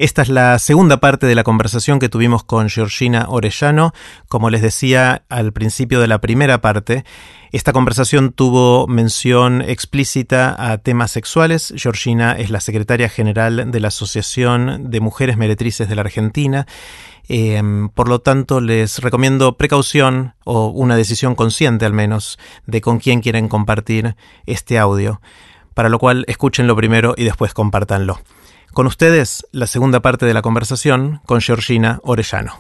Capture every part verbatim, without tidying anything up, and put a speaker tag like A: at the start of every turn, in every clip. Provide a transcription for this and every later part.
A: Esta es la segunda parte de la conversación que tuvimos con Georgina Orellano. Como les decía al principio de la primera parte, esta conversación tuvo mención explícita a temas sexuales. Georgina es la secretaria general de la Asociación de Mujeres Meretrices de la Argentina. Eh, por lo tanto, les recomiendo precaución o una decisión consciente al menos de con quién quieren compartir este audio, para lo cual escúchenlo primero y después compártanlo. Con ustedes, la segunda parte de la conversación con Georgina Orellano.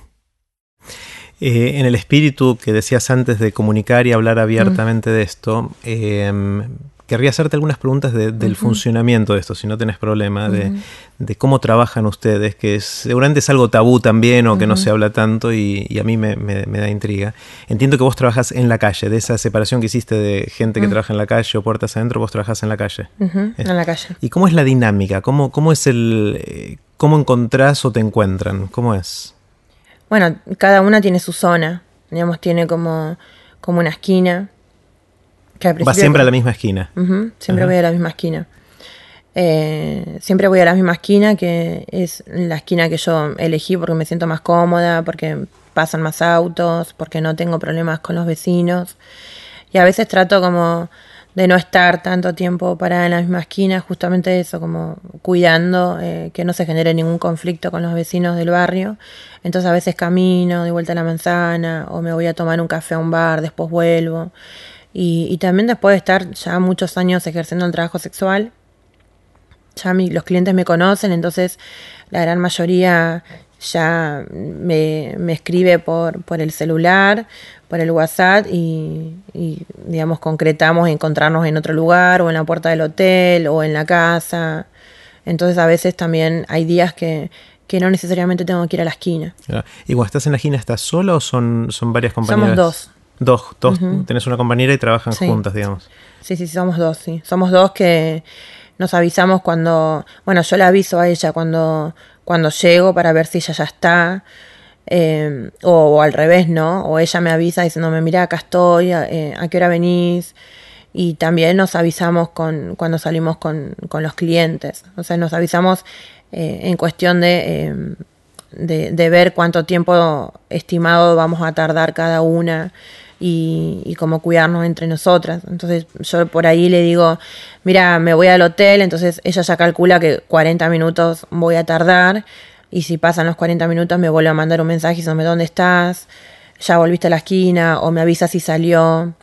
A: Eh, en el espíritu que decías antes de comunicar y hablar abiertamente mm. de esto, eh, querría hacerte algunas preguntas de, del uh-huh. funcionamiento de esto, si no tenés problema, uh-huh. de, de cómo trabajan ustedes, que es, seguramente es algo tabú también o que uh-huh. no se habla tanto y, y a mí me, me, me da intriga. Entiendo que vos trabajas en la calle, de esa separación que hiciste de gente que uh-huh. trabaja en la calle o puertas adentro, vos trabajás en la calle.
B: Uh-huh. En la calle.
A: ¿Y cómo es la dinámica? ¿Cómo, cómo es el, eh, cómo encontrás o te encuentran? ¿Cómo es?
B: Bueno, cada una tiene su zona, digamos, tiene como, como una esquina.
A: ¿Vas siempre a la misma esquina?
B: Uh-huh, siempre uh-huh. voy a la misma esquina. Eh, siempre voy a la misma esquina, que es la esquina que yo elegí porque me siento más cómoda, porque pasan más autos, porque no tengo problemas con los vecinos. Y a veces trato como de no estar tanto tiempo parada en la misma esquina, justamente eso, como cuidando eh, que no se genere ningún conflicto con los vecinos del barrio. Entonces a veces camino de vuelta a la manzana o me voy a tomar un café a un bar, después vuelvo. Y, y también después de estar ya muchos años ejerciendo el trabajo sexual, ya mi, los clientes me conocen, entonces la gran mayoría ya me, me escribe por, por el celular, por el WhatsApp y, y digamos concretamos encontrarnos en otro lugar o en la puerta del hotel o en la casa. Entonces a veces también hay días que, que no necesariamente tengo que ir a la esquina.
A: ¿Y cuando estás en la esquina estás sola o son, son varias compañeras?
B: Somos dos.
A: Dos, dos uh-huh. tenés una compañera y trabajan
B: sí.
A: juntas, digamos.
B: Sí, sí, somos dos, sí. Somos dos que nos avisamos cuando... Bueno, yo le aviso a ella cuando, cuando llego para ver si ella ya está. Eh, o, o al revés, ¿no? O ella me avisa diciéndome, mira, acá estoy, eh, ¿a qué hora venís? Y también nos avisamos con cuando salimos con, con los clientes. O sea, nos avisamos eh, en cuestión de... Eh, De, de ver cuánto tiempo estimado vamos a tardar cada una y, y cómo cuidarnos entre nosotras. Entonces yo por ahí le digo, mira, me voy al hotel, entonces ella ya calcula que cuarenta minutos voy a tardar y si pasan los cuarenta minutos me vuelve a mandar un mensaje diciéndome dónde estás, ya volviste a la esquina o me avisa si salió.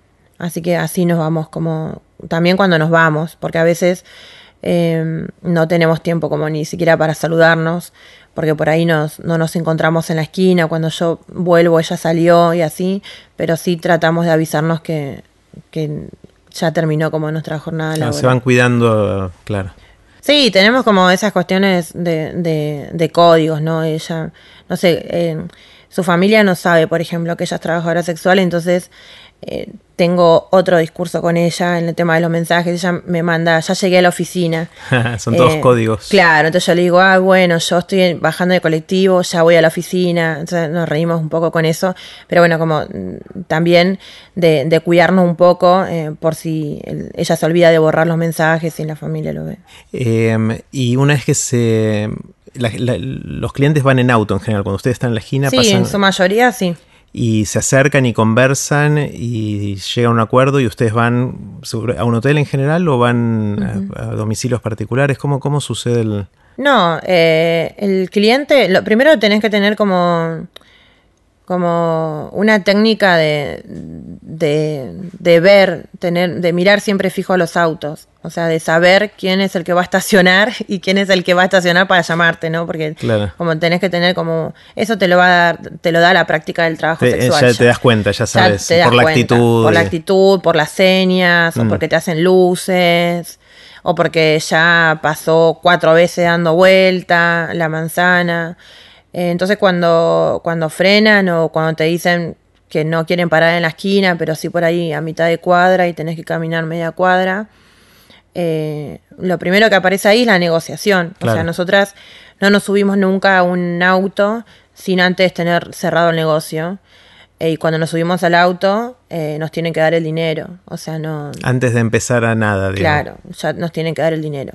B: Así que así nos vamos como también cuando nos vamos, porque a veces eh, no tenemos tiempo como ni siquiera para saludarnos, porque por ahí nos, no nos encontramos en la esquina, cuando yo vuelvo ella salió y así, pero sí tratamos de avisarnos que, que ya terminó como nuestra jornada laboral.
A: Se van cuidando, claro.
B: Sí, tenemos como esas cuestiones de, de, de códigos, ¿no? Ella, no sé, eh, su familia no sabe, por ejemplo, que ella es trabajadora sexual, entonces eh, tengo otro discurso con ella en el tema de los mensajes. Ella me manda, ya llegué a la oficina.
A: Son todos eh, códigos.
B: Claro, entonces yo le digo, ah, bueno, yo estoy bajando de colectivo, ya voy a la oficina. Entonces nos reímos un poco con eso. Pero bueno, como también de, de cuidarnos un poco eh, por si el, ella se olvida de borrar los mensajes y la familia lo ve.
A: Eh, y una vez que se... La, la, los clientes van en auto en general, cuando ustedes están en la esquina.
B: Sí,
A: pasan...
B: en su mayoría sí.
A: Y se acercan y conversan y llegan a un acuerdo y ustedes van a un hotel en general o van uh-huh. a, a domicilios particulares. ¿Cómo, cómo sucede el...?
B: No, eh, el cliente, lo primero tenés que tener como, como una técnica de, de, de ver, tener, de mirar siempre fijo a los autos. O sea, de saber quién es el que va a estacionar y quién es el que va a estacionar para llamarte, ¿no? Porque claro. como tenés que tener como... Eso te lo va a dar, te lo da la práctica del trabajo
A: te,
B: sexual.
A: Ya,
B: ya
A: te das cuenta, ya sabes,
B: ya
A: por la
B: cuenta,
A: actitud.
B: Por la actitud, por las señas, mm. o porque te hacen luces, o porque ya pasó cuatro veces dando vuelta la manzana. Eh, entonces cuando, cuando frenan o cuando te dicen que no quieren parar en la esquina, pero sí por ahí a mitad de cuadra y tenés que caminar media cuadra... Eh, lo primero que aparece ahí es la negociación. Claro. O sea, nosotras no nos subimos nunca a un auto sin antes tener cerrado el negocio. Eh, y cuando nos subimos al auto, eh, nos tienen que dar el dinero. O sea, no...
A: Antes de empezar a nada, digamos.
B: Claro, ya nos tienen que dar el dinero.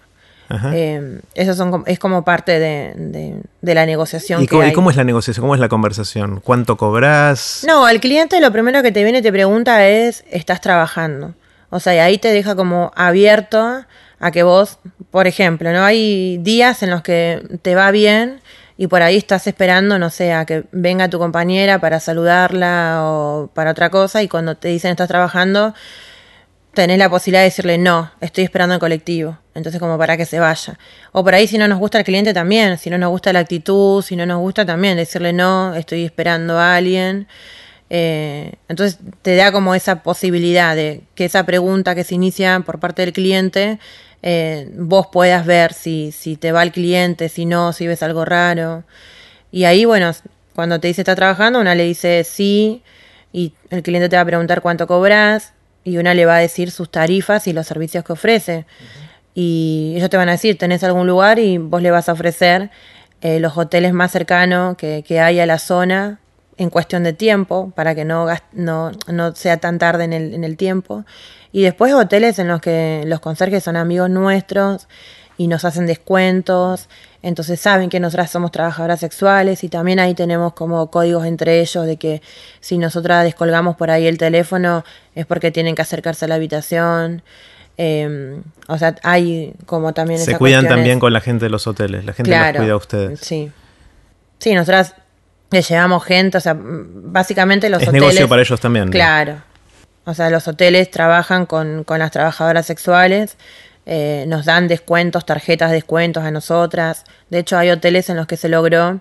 B: Eh, eso son, es como parte de, de, de la negociación
A: ¿Y
B: que
A: cómo,
B: hay.
A: ¿Y cómo es la negociación? ¿Cómo es la conversación? ¿Cuánto cobras?
B: No, el cliente lo primero que te viene y te pregunta es, ¿estás trabajando? O sea, y ahí te deja como abierto a que vos, por ejemplo, ¿no? Hay días en los que te va bien y por ahí estás esperando, no sé, a que venga tu compañera para saludarla o para otra cosa, y cuando te dicen estás trabajando, tenés la posibilidad de decirle no, estoy esperando el colectivo, entonces como para que se vaya. O por ahí si no nos gusta el cliente también, si no nos gusta la actitud, si no nos gusta también decirle no, estoy esperando a alguien. Eh, entonces te da como esa posibilidad de que esa pregunta que se inicia por parte del cliente, eh, vos puedas ver si, si te va el cliente, si no, si ves algo raro. Y ahí, bueno, cuando te dice está trabajando, una le dice sí, y el cliente te va a preguntar cuánto cobras, y una le va a decir sus tarifas y los servicios que ofrece. Uh-huh. Y ellos te van a decir, tenés algún lugar, y vos le vas a ofrecer eh, los hoteles más cercanos que, que hay a la zona en cuestión de tiempo, para que no, no, no sea tan tarde en el, en el tiempo. Y después hoteles en los que los conserjes son amigos nuestros y nos hacen descuentos, entonces saben que nosotras somos trabajadoras sexuales, y también ahí tenemos como códigos entre ellos de que si nosotras descolgamos por ahí el teléfono es porque tienen que acercarse a la habitación. Eh, o sea, hay como también
A: se
B: esas
A: cuidan
B: cuestiones.
A: También con la gente de los hoteles, la gente
B: Claro,
A: los cuida a ustedes.
B: Sí, sí, nosotras le llevamos gente, o sea, básicamente los
A: es
B: hoteles...
A: Es negocio para ellos también, ¿no?
B: Claro, o sea, los hoteles trabajan con, con las trabajadoras sexuales. Eh, nos dan descuentos, tarjetas de descuentos a nosotras. De hecho, hay hoteles en los que se logró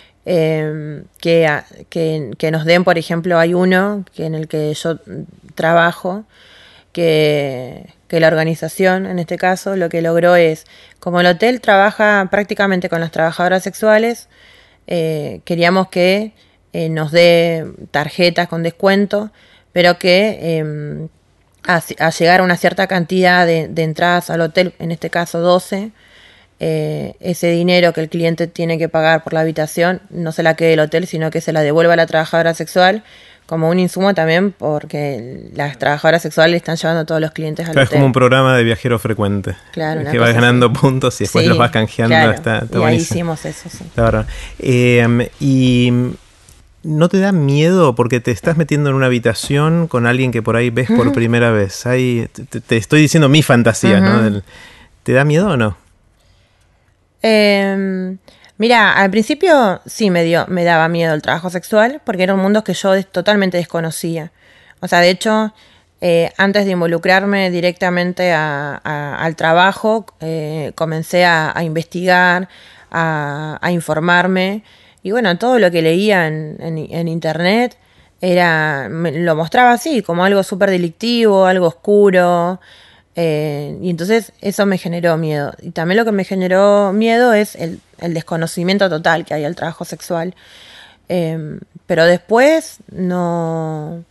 B: eh, que, que, que nos den, por ejemplo, hay uno que en el que yo trabajo, que, que la organización, en este caso, lo que logró es, como el hotel trabaja prácticamente con las trabajadoras sexuales, eh, queríamos que eh, nos dé tarjetas con descuento, pero que... Eh, A, a llegar a una cierta cantidad de, de entradas al hotel, en este caso doce, eh, ese dinero que el cliente tiene que pagar por la habitación no se la quede el hotel, sino que se la devuelva a la trabajadora sexual como un insumo también, porque las trabajadoras sexuales están llevando a todos los clientes al
A: claro,
B: hotel.
A: Es como un programa de viajero frecuente.
B: Claro,
A: que vas ganando
B: así.
A: puntos y después
B: Sí,
A: los vas canjeando.
B: Claro.
A: Está, está
B: y
A: buenísimo.
B: ahí hicimos eso, sí.
A: Está bárbaro. Eh, y... ¿No te da miedo porque te estás metiendo en una habitación con alguien que por ahí ves uh-huh. por primera vez? Ahí te, te estoy diciendo mi fantasía, uh-huh. ¿no? Del, ¿te da miedo o no?
B: Eh, mira, al principio sí me dio, me daba miedo el trabajo sexual, porque era un mundo que yo totalmente desconocía. O sea, de hecho, eh, antes de involucrarme directamente a, a, al trabajo, eh, comencé a, a investigar, a, a informarme. Y bueno, todo lo que leía en, en, en internet era, me, lo mostraba así, como algo súper delictivo, algo oscuro. Eh, y entonces eso me generó miedo. Y también lo que me generó miedo es el, el desconocimiento total que hay al trabajo sexual. Eh, pero después, no...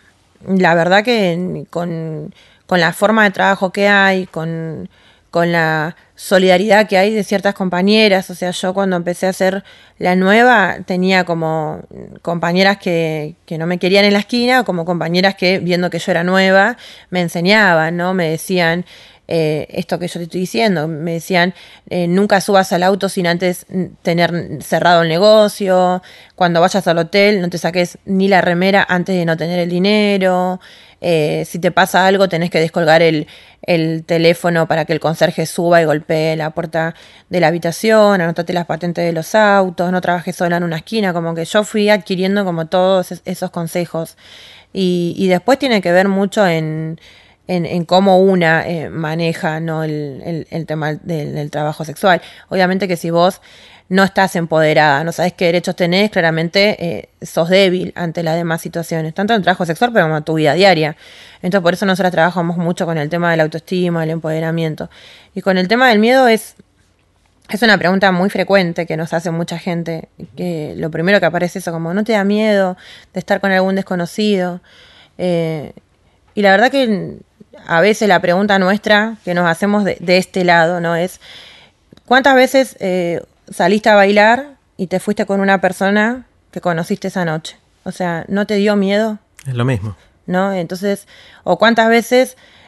B: La verdad que con, con la forma de trabajo que hay, con... con la solidaridad que hay de ciertas compañeras, o sea, yo cuando empecé a hacer la nueva tenía como compañeras que, que no me querían en la esquina, o como compañeras que viendo que yo era nueva me enseñaban, ¿no? Me decían eh, esto que yo te estoy diciendo, me decían eh, nunca subas al auto sin antes tener cerrado el negocio, cuando vayas al hotel no te saques ni la remera antes de no tener el dinero. Eh, si te pasa algo tenés que descolgar el, el teléfono para que el conserje suba y golpee la puerta de la habitación, anotate las patentes de los autos, no trabajes sola en una esquina, como que yo fui adquiriendo como todos esos consejos. Y, y después tiene que ver mucho en, en, en cómo una eh, maneja, ¿no? el, el, el tema del, del trabajo sexual. Obviamente que si vos no estás empoderada, no sabes qué derechos tenés, claramente eh, sos débil ante las demás situaciones, tanto en el trabajo sexual pero como en tu vida diaria. Entonces por eso nosotros trabajamos mucho con el tema de la autoestima, del empoderamiento. Y con el tema del miedo es, es una pregunta muy frecuente que nos hace mucha gente, que lo primero que aparece es eso, como ¿no te da miedo de estar con algún desconocido? Eh, y la verdad que a veces la pregunta nuestra que nos hacemos de, de este lado, ¿no? Es ¿cuántas veces... Eh, saliste a bailar y te fuiste con una persona que conociste esa noche? O sea, ¿no te dio miedo?
A: Es lo mismo.
B: ¿No? Entonces, o cuántas veces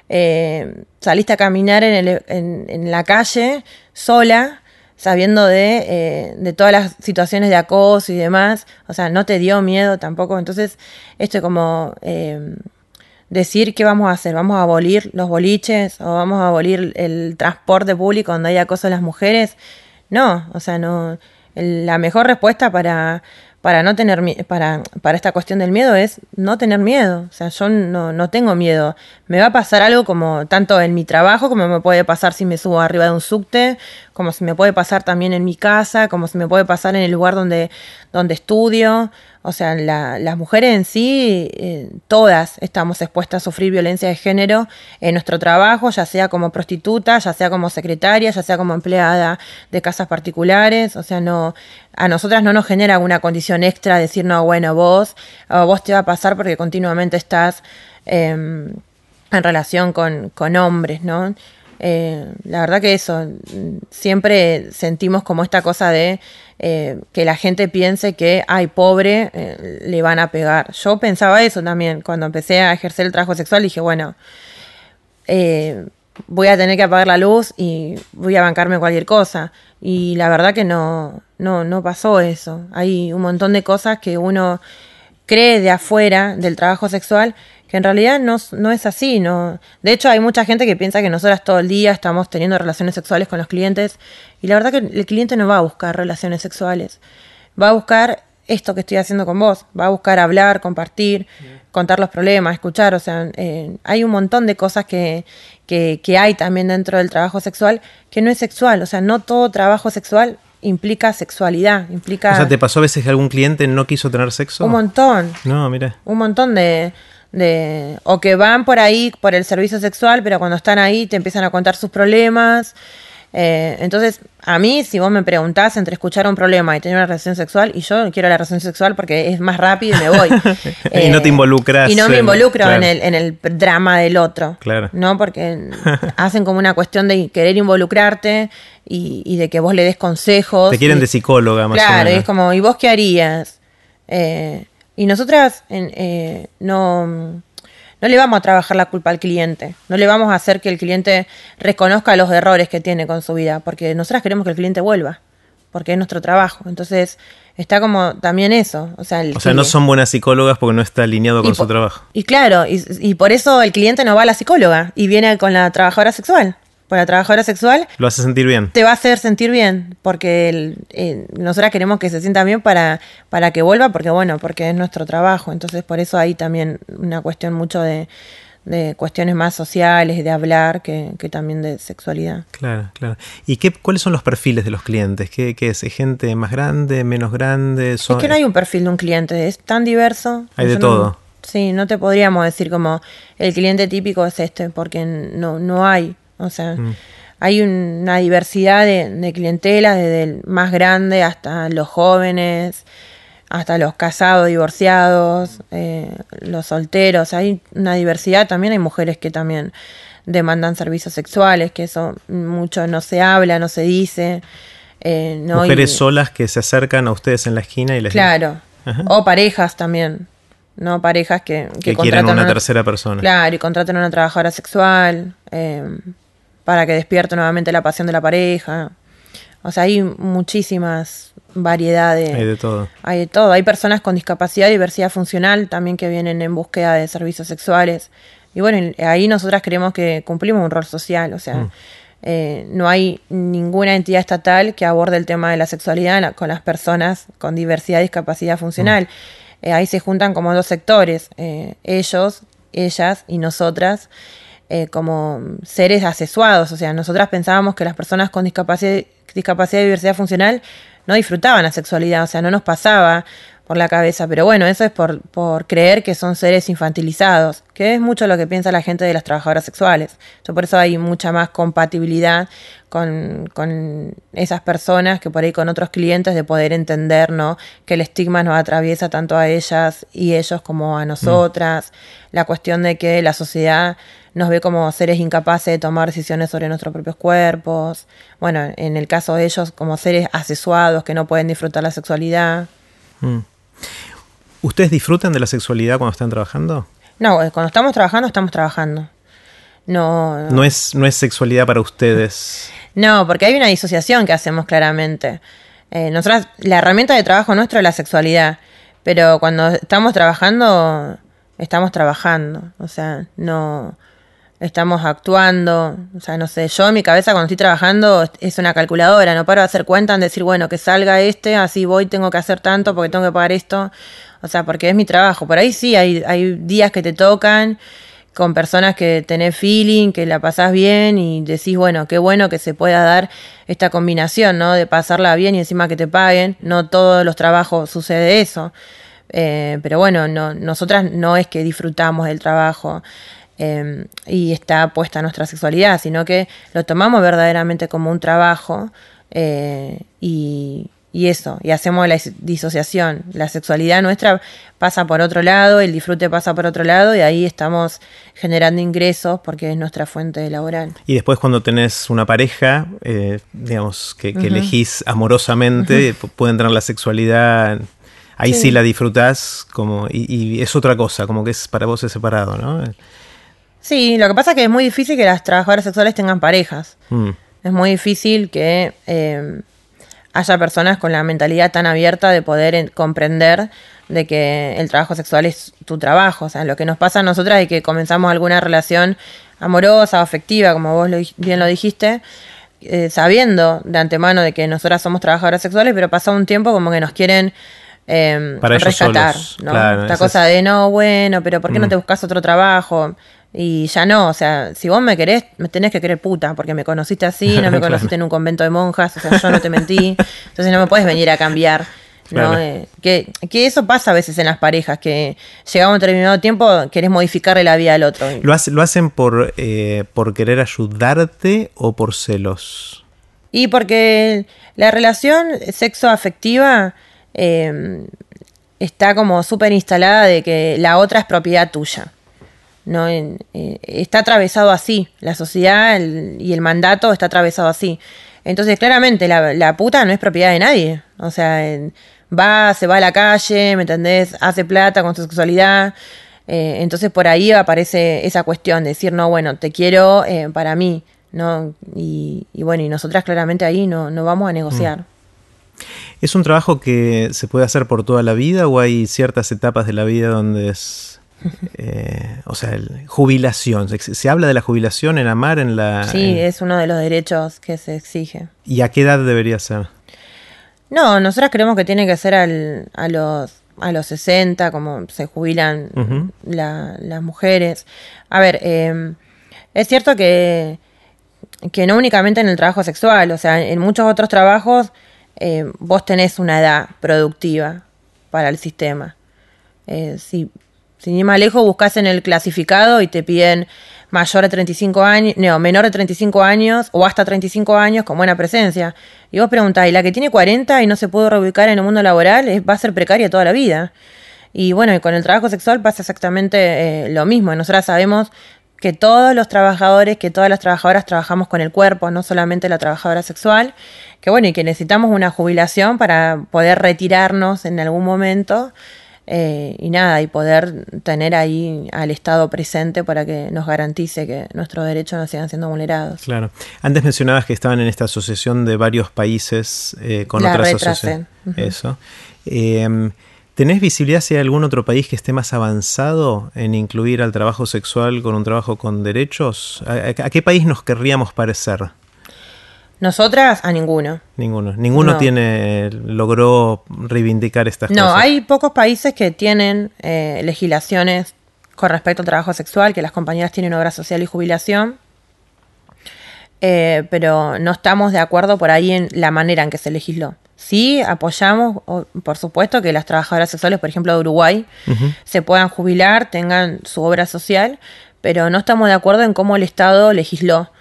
B: eh, saliste a caminar en, el, en, en la calle sola, sabiendo de, eh, de todas las situaciones de acoso y demás, o sea, no te dio miedo tampoco. Entonces, esto es como eh, decir qué vamos a hacer, vamos a abolir los boliches o vamos a abolir el transporte público donde hay acoso a las mujeres. No, o sea, no. El, la mejor respuesta para, para no tener para, para esta cuestión del miedo es no tener miedo. O sea, yo no, no tengo miedo. Me va a pasar algo como tanto en mi trabajo, como me puede pasar si me subo arriba de un subte, como si me puede pasar también en mi casa, como si me puede pasar en el lugar donde, donde estudio. O sea, la, las mujeres en sí, eh, todas estamos expuestas a sufrir violencia de género en nuestro trabajo, ya sea como prostituta, ya sea como secretaria, ya sea como empleada de casas particulares. O sea, no, a nosotras no nos genera alguna condición extra decir, no, bueno, vos, o vos te va a pasar porque continuamente estás eh, en relación con, con hombres, ¿no? Eh, la verdad que eso, siempre sentimos como esta cosa de eh, que la gente piense que, ay, pobre, eh, le van a pegar. Yo pensaba eso también, cuando empecé a ejercer el trabajo sexual, dije, bueno, eh, voy a tener que apagar la luz y voy a bancarme cualquier cosa. Y la verdad que no, no, no pasó eso. Hay un montón de cosas que uno cree de afuera del trabajo sexual que en realidad no, no es así, no. De hecho, hay mucha gente que piensa que nosotras todo el día estamos teniendo relaciones sexuales con los clientes, y la verdad que el cliente no va a buscar relaciones sexuales, va a buscar esto que estoy haciendo con vos, va a buscar hablar, compartir, yeah. contar los problemas, escuchar. O sea, eh, hay un montón de cosas que, que, que hay también dentro del trabajo sexual que no es sexual. O sea, no todo trabajo sexual implica sexualidad, implica...
A: O sea, ¿te pasó a veces que algún cliente no quiso tener sexo?
B: Un montón.
A: No, mira.
B: Un montón de... de o que van por ahí por el servicio sexual, pero cuando están ahí te empiezan a contar sus problemas. Eh, entonces, a mí, si vos me preguntás entre escuchar un problema y tener una relación sexual, y yo quiero la relación sexual porque es más rápido y me voy.
A: eh, y no te involucras.
B: Y no me involucro
A: en, claro.
B: en, el, en el drama del otro.
A: Claro.
B: ¿No? Porque hacen como una cuestión de querer involucrarte y, y de que vos le des consejos.
A: Te quieren
B: y,
A: de psicóloga, más
B: claro,
A: o menos.
B: Claro, y es como, ¿y vos qué harías? Eh, y nosotras en, eh, no... No le vamos a trabajar la culpa al cliente, no le vamos a hacer que el cliente reconozca los errores que tiene con su vida, porque nosotras queremos que el cliente vuelva, porque es nuestro trabajo. Entonces está como también eso. O sea, el
A: o sea no son buenas psicólogas porque no está alineado con su trabajo.
B: Y claro, y, y por eso el cliente no va a la psicóloga y viene con la trabajadora sexual. Por la trabajadora sexual
A: lo hace sentir bien.
B: Te va a hacer sentir bien, porque el, eh, nosotras queremos que se sienta bien para, para que vuelva, porque bueno, porque es nuestro trabajo. Entonces por eso hay también una cuestión mucho de, de cuestiones más sociales, de hablar, que, que también de sexualidad.
A: Claro, claro. ¿Y qué, cuáles son los perfiles de los clientes? ¿Qué, qué es? ¿Gente más grande, menos grande? Son...
B: Es que no hay un perfil de un cliente, es tan diverso.
A: Hay de
B: no,
A: todo.
B: Sí, no te podríamos decir como el cliente típico es este, porque no, no hay. O sea, mm. hay una diversidad de, de clientela, desde el más grande hasta los jóvenes, hasta los casados, divorciados, eh, los solteros. Hay una diversidad, también hay mujeres que también demandan servicios sexuales, que eso mucho no se habla, no se dice. Eh, no
A: mujeres
B: y,
A: solas que se acercan a ustedes en la esquina y les...
B: Claro, Ajá. o parejas también. No, parejas que, que,
A: que quieren una, una tercera persona.
B: Claro, y contratan a una trabajadora sexual eh, para que despierte nuevamente la pasión de la pareja. O sea, hay muchísimas variedades.
A: Hay de todo.
B: Hay de todo. Hay personas con discapacidad y diversidad funcional también que vienen en búsqueda de servicios sexuales. Y bueno, ahí nosotras creemos que cumplimos un rol social. O sea, mm. eh, no hay ninguna entidad estatal que aborde el tema de la sexualidad con las personas con diversidad y discapacidad funcional. Mm. Eh, ahí se juntan como dos sectores, eh, ellos, ellas y nosotras, eh, como seres asesuados. O sea, nosotras pensábamos que las personas con discapacidad, discapacidad y diversidad funcional no disfrutaban la sexualidad, o sea, no nos pasaba por la cabeza. Pero bueno, eso es por, por creer que son seres infantilizados, que es mucho lo que piensa la gente de las trabajadoras sexuales. Yo por eso hay mucha más compatibilidad con, con esas personas que por ahí con otros clientes, de poder entender, ¿no?, que el estigma nos atraviesa tanto a ellas y ellos como a nosotras. Mm. La cuestión de que la sociedad nos ve como seres incapaces de tomar decisiones sobre nuestros propios cuerpos. Bueno, en el caso de ellos como seres asesuados que no pueden disfrutar la sexualidad.
A: Mm. ¿Ustedes disfrutan de la sexualidad cuando están trabajando?
B: No, cuando estamos trabajando, estamos trabajando. no,
A: no es, no es sexualidad para ustedes.
B: No, porque hay una disociación que hacemos claramente. Eh, nosotras, la herramienta de trabajo nuestro es la sexualidad, pero cuando estamos trabajando, estamos trabajando, o sea, no estamos actuando, o sea, no sé, yo en mi cabeza cuando estoy trabajando es una calculadora, no paro de hacer cuenta en decir, bueno, que salga este, así voy, tengo que hacer tanto porque tengo que pagar esto, o sea, porque es mi trabajo. Por ahí sí, hay, hay días que te tocan con personas que tenés feeling, que la pasás bien y decís, bueno, qué bueno que se pueda dar esta combinación, ¿no? De pasarla bien y encima que te paguen. No todos los trabajos sucede eso. Eh, pero bueno, no, nosotras no es que disfrutamos del trabajo eh, y está puesta nuestra sexualidad, sino que lo tomamos verdaderamente como un trabajo eh, y... Y eso, y hacemos la disociación. La sexualidad nuestra pasa por otro lado, el disfrute pasa por otro lado, y ahí estamos generando ingresos porque es nuestra fuente laboral.
A: Y después cuando tenés una pareja, eh, digamos, que, que uh-huh. elegís amorosamente, uh-huh. puede entrar la sexualidad, ahí sí, sí la disfrutás, como, y, y es otra cosa, como que es para vos es separado, ¿no?
B: Sí, lo que pasa es que es muy difícil que las trabajadoras sexuales tengan parejas. Mm. Es muy difícil que... Eh, haya personas con la mentalidad tan abierta de poder en, comprender de que el trabajo sexual es tu trabajo. O sea, lo que nos pasa a nosotras es que comenzamos alguna relación amorosa o afectiva, como vos lo, bien lo dijiste, eh, sabiendo de antemano de que nosotras somos trabajadoras sexuales, pero pasado un tiempo como que nos quieren eh, rescatar, ¿no? Claro, esta cosa es... de, no, bueno, pero ¿por qué mm. no te buscas otro trabajo? Y ya no, o sea, si vos me querés, me tenés que querer puta, porque me conociste así, no me conociste claro. en un convento de monjas, o sea, yo no te mentí, entonces no me puedes venir a cambiar, ¿no? Claro. Eh, que, que eso pasa a veces en las parejas, que llegado a un determinado tiempo querés modificarle la vida al otro.
A: ¿Lo, hace, lo hacen por, eh, por querer ayudarte o por celos?
B: Y porque la relación sexoafectiva eh, está como súper instalada de que la otra es propiedad tuya. No, en, eh, está atravesado así, la sociedad el, y el mandato está atravesado así. Entonces, claramente, la, la puta no es propiedad de nadie. O sea, en, va, se va a la calle, ¿me entendés? Hace plata con su sexualidad. Eh, entonces, por ahí aparece esa cuestión de decir, no, bueno, te quiero eh, para mí, ¿no? Y, y bueno, y nosotras claramente ahí no, no vamos a negociar. Mm.
A: ¿Es un trabajo que se puede hacer por toda la vida o hay ciertas etapas de la vida donde es... Eh, o sea, el, jubilación. ¿Se, ¿Se habla de la jubilación en AMAR? En la,
B: sí,
A: en...
B: es uno de los derechos que se exige.
A: ¿Y a qué edad debería ser?
B: No, nosotras creemos que tiene que ser al, a los a los sesenta, como se jubilan uh-huh. la, las mujeres. A ver, eh, es cierto que, que no únicamente en el trabajo sexual, o sea, en muchos otros trabajos eh, vos tenés una edad productiva para el sistema. Eh, si Sin ir más lejos, buscas en el clasificado y te piden mayor de treinta y cinco años, no, menor de treinta y cinco años o hasta treinta y cinco años con buena presencia. Y vos preguntás, ¿y la que tiene cuarenta y no se puede reubicar en el mundo laboral es, va a ser precaria toda la vida? Y bueno, y con el trabajo sexual pasa exactamente eh, lo mismo. Nosotras sabemos que todos los trabajadores, que todas las trabajadoras trabajamos con el cuerpo, no solamente la trabajadora sexual, que bueno, y que necesitamos una jubilación para poder retirarnos en algún momento. Eh, y nada, y poder tener ahí al Estado presente para que nos garantice que nuestros derechos no sigan siendo vulnerados.
A: Claro. Antes mencionabas que estaban en esta asociación de varios países eh, con
B: La
A: otras asociaciones. Uh-huh. Eso. Eh, ¿Tenés visibilidad si hay algún otro país que esté más avanzado en incluir al trabajo sexual con un trabajo con derechos? ¿A, a qué país nos querríamos parecer?
B: Nosotras, a ninguno.
A: Ninguno. Ninguno no. tiene logró reivindicar estas
B: no,
A: cosas.
B: No, hay pocos países que tienen eh, legislaciones con respecto al trabajo sexual, que las compañeras tienen obra social y jubilación, eh, pero no estamos de acuerdo por ahí en la manera en que se legisló. Sí, apoyamos, por supuesto, que las trabajadoras sexuales, por ejemplo, de Uruguay, uh-huh. se puedan jubilar, tengan su obra social, pero no estamos de acuerdo en cómo el Estado legisló.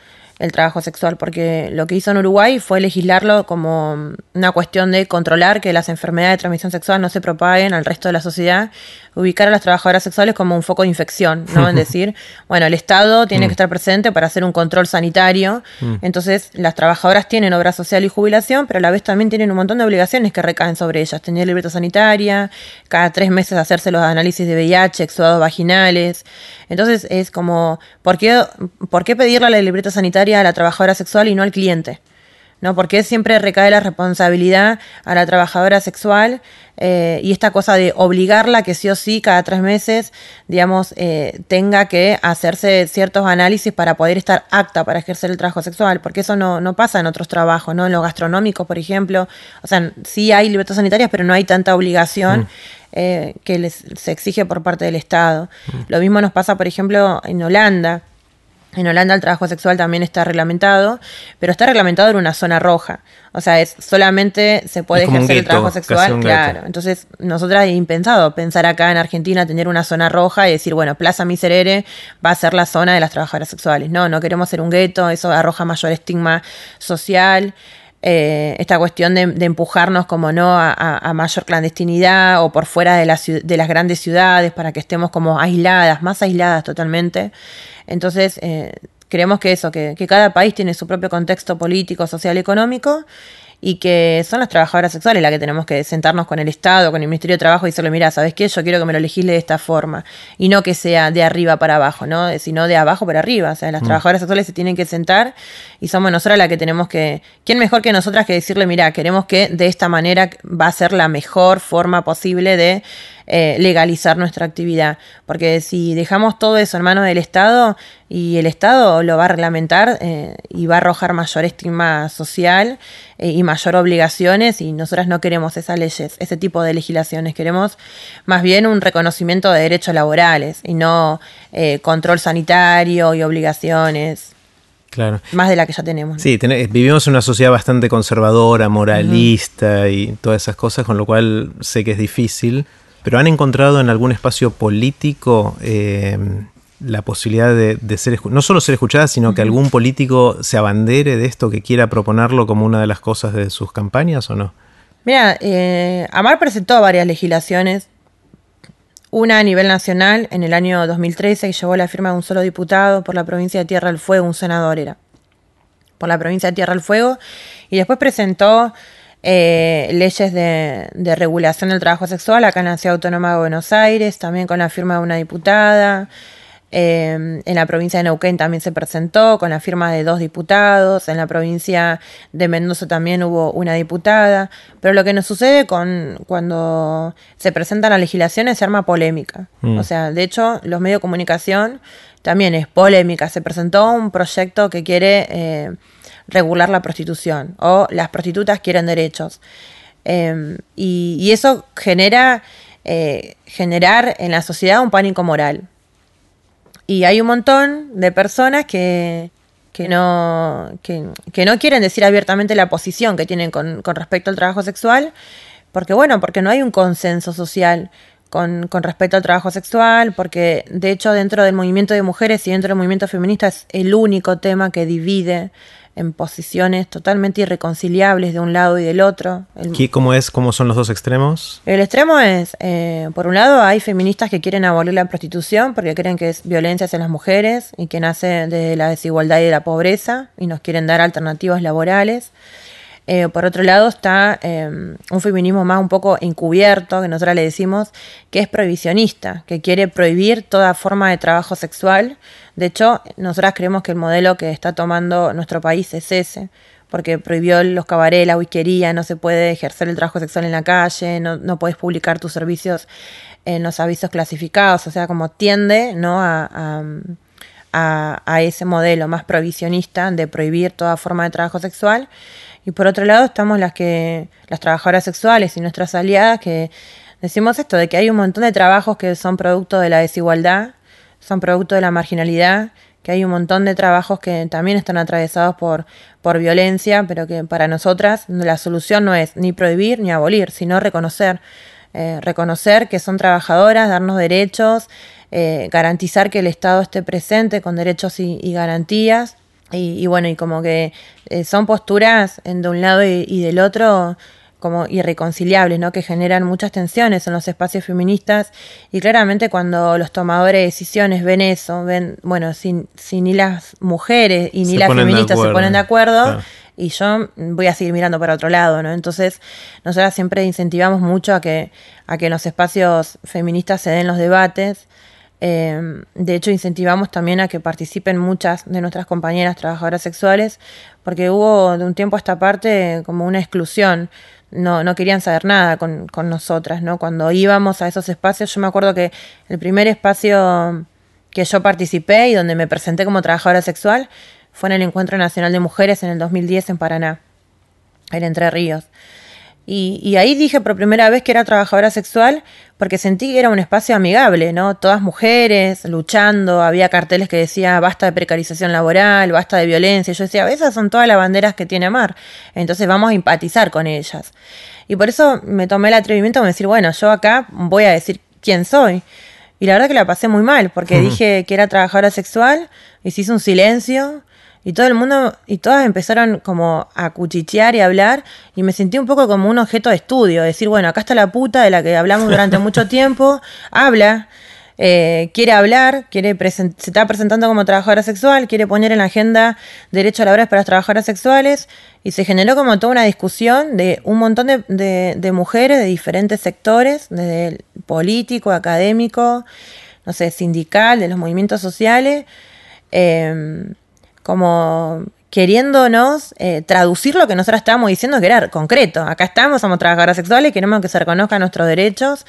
B: el trabajo sexual, porque lo que hizo en Uruguay fue legislarlo como una cuestión de controlar que las enfermedades de transmisión sexual no se propaguen al resto de la sociedad, ubicar a las trabajadoras sexuales como un foco de infección, ¿no? Es decir, bueno, el Estado tiene que estar presente para hacer un control sanitario, entonces las trabajadoras tienen obra social y jubilación, pero a la vez también tienen un montón de obligaciones que recaen sobre ellas, tener libreta sanitaria, cada tres meses hacerse los análisis de V I H, exudados vaginales. Entonces es como, ¿por qué, ¿por qué pedirle la libreta sanitaria a la trabajadora sexual y no al cliente? ¿No? ¿Por qué siempre recae la responsabilidad a la trabajadora sexual eh, y esta cosa de obligarla que sí o sí cada tres meses, digamos, eh, tenga que hacerse ciertos análisis para poder estar apta para ejercer el trabajo sexual? Porque eso no, no pasa en otros trabajos, ¿no? En los gastronómicos, por ejemplo. O sea, sí hay libertades sanitarias, pero no hay tanta obligación mm. eh, que les, se exige por parte del Estado. Mm. Lo mismo nos pasa, por ejemplo, en Holanda. En Holanda el trabajo sexual también está reglamentado, pero está reglamentado en una zona roja. O sea, es solamente se puede ejercer gueto, el trabajo sexual, claro. Gueto. Entonces, nosotras es impensado pensar acá en Argentina tener una zona roja y decir, bueno, Plaza Miserere va a ser la zona de las trabajadoras sexuales. No, no queremos ser un gueto, eso arroja mayor estigma social. Eh, esta cuestión de, de empujarnos como no a, a mayor clandestinidad o por fuera de, la, de las grandes ciudades para que estemos como aisladas, más aisladas totalmente. Entonces, eh, creemos que eso, que, que cada país tiene su propio contexto político, social, económico, y que son las trabajadoras sexuales las que tenemos que sentarnos con el Estado, con el Ministerio de Trabajo y decirle, mira, ¿sabes qué? Yo quiero que me lo legisle de esta forma, y no que sea de arriba para abajo, ¿no? Sino de abajo para arriba. O sea, las mm. trabajadoras sexuales se tienen que sentar y somos nosotras las que tenemos que... ¿Quién mejor que nosotras que decirle, mira, queremos que de esta manera va a ser la mejor forma posible de eh, legalizar nuestra actividad? Porque si dejamos todo eso en manos del Estado, y el Estado lo va a reglamentar eh, y va a arrojar mayor estigma social eh, y mayor obligaciones, y nosotras no queremos esas leyes, ese tipo de legislaciones. Queremos más bien un reconocimiento de derechos laborales y no eh, control sanitario y obligaciones.
A: Claro.
B: Más de la que ya tenemos, ¿no?
A: Sí, ten- vivimos en una sociedad bastante conservadora, moralista uh-huh. y todas esas cosas, con lo cual sé que es difícil. Pero ¿han encontrado en algún espacio político eh, la posibilidad de, de ser, no solo ser escuchada, sino uh-huh. que algún político se abandere de esto, que quiera proponerlo como una de las cosas de sus campañas o no?
B: Mira, eh, AMAR presentó varias legislaciones. Una a nivel nacional en el año dos mil trece, que llevó la firma de un solo diputado por la provincia de Tierra del Fuego, un senador era, por la provincia de Tierra del Fuego, y después presentó eh, leyes de, de regulación del trabajo sexual acá en la Ciudad Autónoma de Buenos Aires, también con la firma de una diputada. Eh, en la provincia de Neuquén también se presentó con la firma de dos diputados, en la provincia de Mendoza también hubo una diputada, pero lo que nos sucede con cuando se presentan las legislaciones se arma polémica. Mm. O sea, de hecho, los medios de comunicación también es polémica. Se presentó un proyecto que quiere eh, regular la prostitución, o las prostitutas quieren derechos. Eh, y, y eso genera eh, generar en la sociedad un pánico moral. Y hay un montón de personas que, que, no, que, que no quieren decir abiertamente la posición que tienen con, con respecto al trabajo sexual, porque bueno, porque no hay un consenso social con, con respecto al trabajo sexual, porque de hecho dentro del movimiento de mujeres y dentro del movimiento feminista es el único tema que divide en posiciones totalmente irreconciliables de un lado y del otro.
A: El, ¿Cómo es? ¿Cómo son los dos extremos?
B: El extremo es, eh, por un lado, hay feministas que quieren abolir la prostitución porque creen que es violencia hacia las mujeres y que nace de la desigualdad y de la pobreza y nos quieren dar alternativas laborales. Eh, por otro lado está eh, un feminismo más un poco encubierto, que nosotros le decimos, que es prohibicionista, que quiere prohibir toda forma de trabajo sexual. De hecho, nosotras creemos que el modelo que está tomando nuestro país es ese, porque prohibió los cabarets, la whiskería, no se puede ejercer el trabajo sexual en la calle, no, no puedes publicar tus servicios en los avisos clasificados, o sea, como tiende, ¿no?, a, a, a, a ese modelo más prohibicionista de prohibir toda forma de trabajo sexual. Y por otro lado estamos las que las trabajadoras sexuales y nuestras aliadas que decimos esto, de que hay un montón de trabajos que son producto de la desigualdad, son producto de la marginalidad, que hay un montón de trabajos que también están atravesados por, por violencia, pero que para nosotras la solución no es ni prohibir ni abolir, sino reconocer, eh, reconocer que son trabajadoras, darnos derechos, eh, garantizar que el Estado esté presente con derechos y, y garantías, Y, y bueno, y como que eh, son posturas en, de un lado y, y del otro como irreconciliables, ¿no? Que generan muchas tensiones en los espacios feministas, y claramente cuando los tomadores de decisiones ven eso, ven, bueno, si, si ni las mujeres y ni
A: se
B: las feministas se ponen de acuerdo,
A: claro.
B: Y yo voy a seguir mirando para otro lado, ¿no? Entonces, nosotras siempre incentivamos mucho a que, a que en los espacios feministas se den los debates. Eh, de hecho, incentivamos también a que participen muchas de nuestras compañeras trabajadoras sexuales, porque hubo de un tiempo a esta parte como una exclusión. No, no querían saber nada con, con nosotras, ¿no? Cuando íbamos a esos espacios, yo me acuerdo que el primer espacio que yo participé y donde me presenté como trabajadora sexual fue en el Encuentro Nacional de Mujeres en el dos mil diez en Paraná, en Entre Ríos. Y, y ahí dije por primera vez que era trabajadora sexual, porque sentí que era un espacio amigable, ¿no? Todas mujeres luchando, había carteles que decía basta de precarización laboral, basta de violencia. Yo decía, esas son todas las banderas que tiene Amar, entonces vamos a empatizar con ellas. Y por eso me tomé el atrevimiento de decir, bueno, yo acá voy a decir quién soy. Y la verdad que la pasé muy mal, porque uh-huh. dije que era trabajadora sexual y se hizo un silencio. Y todo el mundo, y todas empezaron como a cuchichear y a hablar, y me sentí un poco como un objeto de estudio, decir, bueno, acá está la puta de la que hablamos durante mucho tiempo, habla, eh, quiere hablar, quiere present- se está presentando como trabajadora sexual, quiere poner en la agenda derecho laborales para las trabajadoras sexuales, y se generó como toda una discusión de un montón de, de, de mujeres de diferentes sectores, desde el político, académico, no sé, sindical, de los movimientos sociales, eh, como queriéndonos eh, traducir lo que nosotros estábamos diciendo que era concreto. Acá estamos, somos trabajadoras sexuales, queremos que se reconozcan nuestros derechos.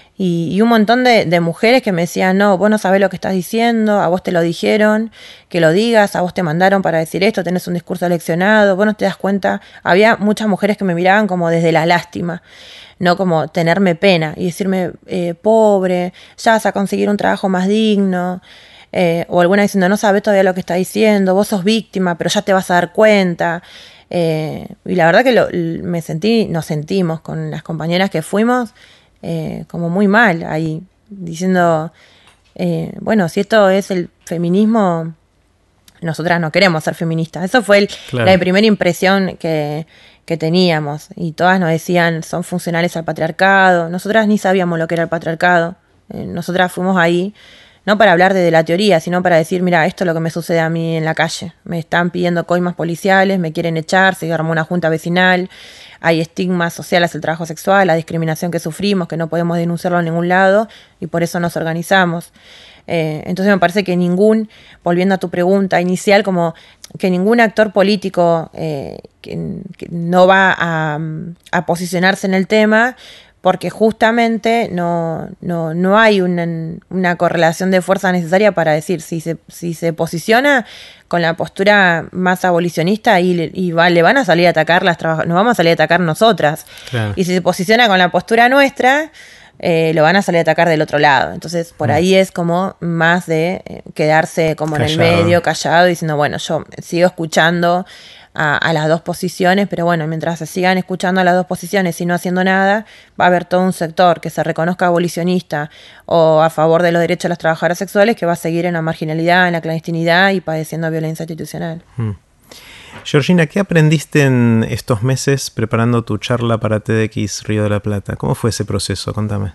B: Y, y un montón de, de mujeres que me decían, no, vos no sabés lo que estás diciendo, a vos te lo dijeron, que lo digas, a vos te mandaron para decir esto, tenés un discurso aleccionado, vos no te das cuenta. Había muchas mujeres que me miraban como desde la lástima, no como tenerme pena y decirme, eh, pobre, ya vas a conseguir un trabajo más digno. Eh, o alguna diciendo, no sabes todavía lo que está diciendo, vos sos víctima, pero ya te vas a dar cuenta. Eh, y la verdad que lo, me sentí, nos sentimos con las compañeras que fuimos eh, como muy mal ahí, diciendo, eh, bueno, si esto es el feminismo, nosotras no queremos ser feministas. Eso fue el, claro. la primera impresión que, que teníamos. Y todas nos decían, son funcionales al patriarcado. Nosotras ni sabíamos lo que era el patriarcado. Eh, nosotras fuimos ahí no para hablar de, de la teoría, sino para decir, mira, esto es lo que me sucede a mí en la calle. Me están pidiendo coimas policiales, me quieren echar, se armó una junta vecinal, hay estigmas sociales al trabajo sexual, la discriminación que sufrimos, que no podemos denunciarlo en ningún lado, y por eso nos organizamos. Eh, entonces me parece que ningún, volviendo a tu pregunta inicial, como que ningún actor político eh, que, que no va a, a posicionarse en el tema, porque justamente no, no, no hay una, una correlación de fuerza necesaria para decir si se, si se posiciona con la postura más abolicionista y, y va, le van a salir a atacar las trabajadoras, nos vamos a salir a atacar nosotras. Claro. Y si se posiciona con la postura nuestra, eh, lo van a salir a atacar del otro lado. Entonces por mm. ahí es como más de eh, quedarse como callado. En el medio, callado, diciendo, bueno, yo sigo escuchando A, a las dos posiciones, pero bueno, mientras se sigan escuchando a las dos posiciones y no haciendo nada, va a haber todo un sector que se reconozca abolicionista o a favor de los derechos de las trabajadoras sexuales que va a seguir en la marginalidad, en la clandestinidad y padeciendo violencia institucional.
A: Hmm. Georgina, ¿qué aprendiste en estos meses preparando tu charla para TEDx Río de la Plata? ¿Cómo fue ese proceso? Contame.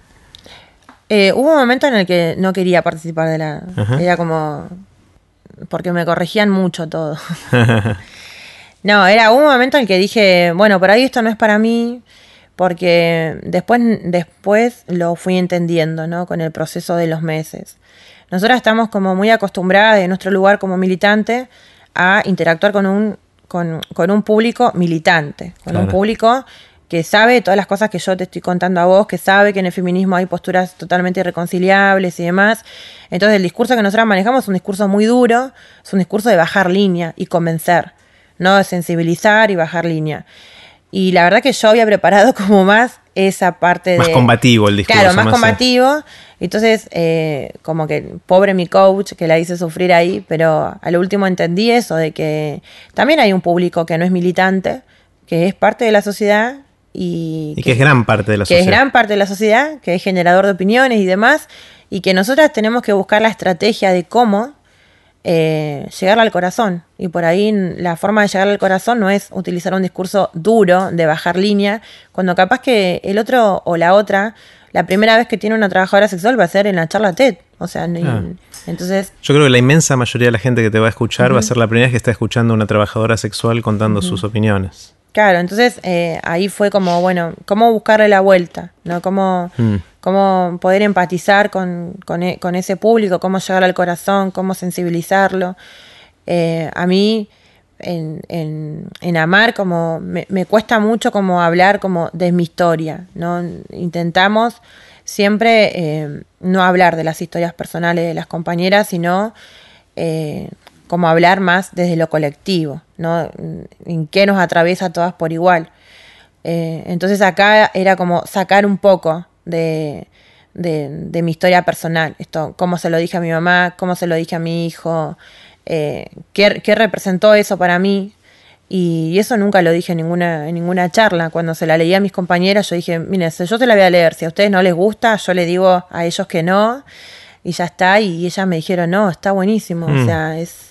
B: Eh, hubo un momento en el que no quería participar de la... Ajá. Era como... porque me corregían mucho todo. No, era un momento en el que dije, bueno, por ahí esto no es para mí, porque después, después lo fui entendiendo, ¿no? Con el proceso de los meses. Nosotras estamos como muy acostumbradas en nuestro lugar como militante a interactuar con un, con, con un público militante, con claro. un público que sabe todas las cosas que yo te estoy contando a vos, que sabe que en el feminismo hay posturas totalmente irreconciliables y demás. Entonces el discurso que nosotros manejamos es un discurso muy duro, es un discurso de bajar línea y convencer, no de sensibilizar y bajar línea. Y la verdad que yo había preparado como más esa parte de...
A: Más combativo el discurso.
B: Claro, más, más combativo. Entonces, eh, como que pobre mi coach que la hice sufrir ahí, pero al último entendí eso, de que también hay un público que no es militante, que es parte de la sociedad, Y,
A: y que, que es gran parte de la
B: que
A: sociedad.
B: Que es gran parte de la sociedad, que es generador de opiniones y demás, y que nosotras tenemos que buscar la estrategia de cómo eh, llegarle al corazón. Y por ahí la forma de llegar al corazón no es utilizar un discurso duro de bajar línea, cuando capaz que el otro o la otra, la primera vez que tiene una trabajadora sexual va a ser en la charla TED. O sea, ah. entonces...
A: Yo creo que la inmensa mayoría de la gente que te va a escuchar uh-huh. va a ser la primera vez que está escuchando a una trabajadora sexual contando uh-huh. sus opiniones.
B: Claro, entonces eh, ahí fue como, bueno, cómo buscarle la vuelta, ¿no? Cómo, mm. cómo poder empatizar con, con, e, con ese público, cómo llegar al corazón, cómo sensibilizarlo. Eh, a mí, en, en, en Amar, como me, me cuesta mucho como hablar como de mi historia, ¿no? Intentamos siempre eh, no hablar de las historias personales de las compañeras, sino... Eh, como hablar más desde lo colectivo, ¿no? En qué nos atraviesa a todas por igual. Eh, entonces acá era como sacar un poco de, de, de mi historia personal. Esto, cómo se lo dije a mi mamá, cómo se lo dije a mi hijo, eh, qué, qué representó eso para mí. Y, y eso nunca lo dije en ninguna, en ninguna charla. Cuando se la leía a mis compañeras, yo dije, miren, yo se la voy a leer. Si a ustedes no les gusta, yo les digo a ellos que no. Y ya está. Y ellas me dijeron, no, está buenísimo. Mm. O sea, es...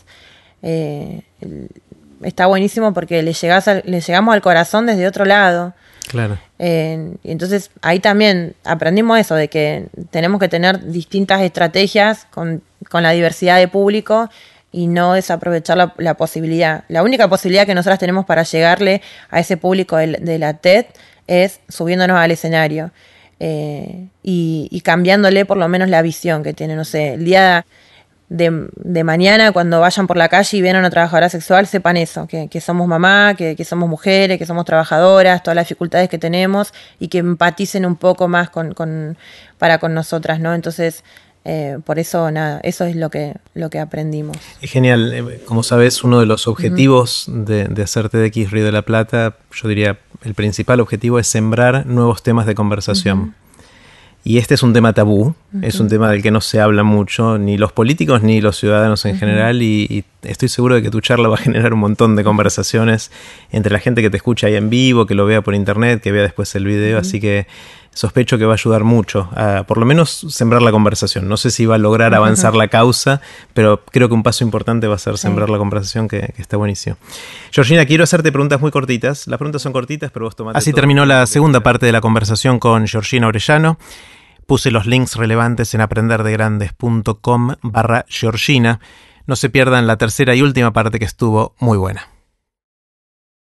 B: Eh, está buenísimo porque le, llegás al, le llegamos al corazón desde otro lado.
A: Claro.
B: Eh, y entonces ahí también aprendimos eso, de que tenemos que tener distintas estrategias con, con la diversidad de público y no desaprovechar la, la posibilidad. La única posibilidad que nosotras tenemos para llegarle a ese público de, de la TED es subiéndonos al escenario eh, y, y cambiándole por lo menos la visión que tiene. No sé, el día... De, de mañana, cuando vayan por la calle y vean a una trabajadora sexual, sepan eso, que, que somos mamá, que, que somos mujeres, que somos trabajadoras, todas las dificultades que tenemos y que empaticen un poco más con, con, para con nosotras, ¿no? Entonces, eh, por eso, nada, eso es lo que, lo que aprendimos.
A: Es genial. Como sabes, uno de los objetivos uh-huh. de, de hacer TEDx Río de la Plata, yo diría, el principal objetivo es sembrar nuevos temas de conversación. Uh-huh. Y este es un tema tabú, uh-huh. es un tema del que no se habla mucho, ni los políticos ni los ciudadanos en uh-huh. general, y, y estoy seguro de que tu charla va a generar un montón de conversaciones entre la gente que te escucha ahí en vivo, que lo vea por internet, que vea después el video, uh-huh. así que sospecho que va a ayudar mucho a, por lo menos, sembrar la conversación. No sé si va a lograr avanzar uh-huh. la causa, pero creo que un paso importante va a ser sembrar sí. la conversación, que, que está buenísimo. Georgina, quiero hacerte preguntas muy cortitas. Las preguntas son cortitas, pero vos tomate. Así terminó la segunda parte de la conversación con Georgina Orellano. Puse los links relevantes en aprenderdegrandes.com barra Georgina. No se pierdan la tercera y última parte, que estuvo muy buena.